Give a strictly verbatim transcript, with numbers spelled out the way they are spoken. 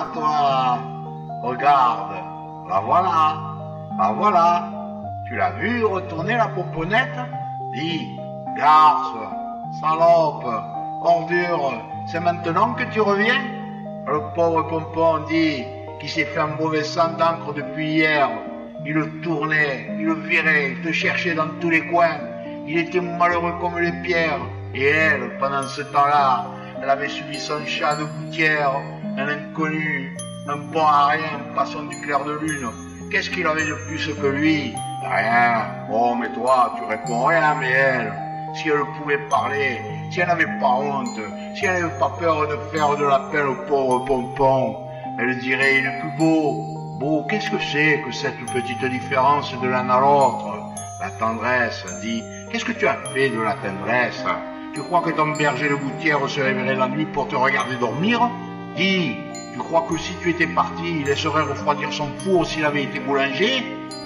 là, toi. Regarde. La voilà. La voilà. Tu l'as vu retourner la pomponnette? Dis, garce, salope, ordure, c'est maintenant que tu reviens? Le pauvre Pompon dit qu'il s'est fait un mauvais sang d'encre depuis hier. Il le tournait, il le virait, il te cherchait dans tous les coins. Il était malheureux comme les pierres. Et elle, pendant ce temps-là, elle avait suivi son chat de gouttière, un inconnu, un bon à rien, passant du clair de lune. Qu'est-ce qu'il avait de plus que lui? Rien. Bon, mais toi, tu réponds rien, mais elle, si elle pouvait parler, si elle n'avait pas honte, si elle n'avait pas peur de faire de la peine au pauvre Pompon, elle dirait, il est plus beau. Beau, qu'est-ce que c'est que cette petite différence de l'un à l'autre? La tendresse, dit, qu'est-ce que tu as fait de la tendresse? Tu crois que ton berger de gouttière se réveillerait la nuit pour te regarder dormir? Dis, tu crois que si tu étais parti, il laisserait refroidir son four s'il avait été boulanger?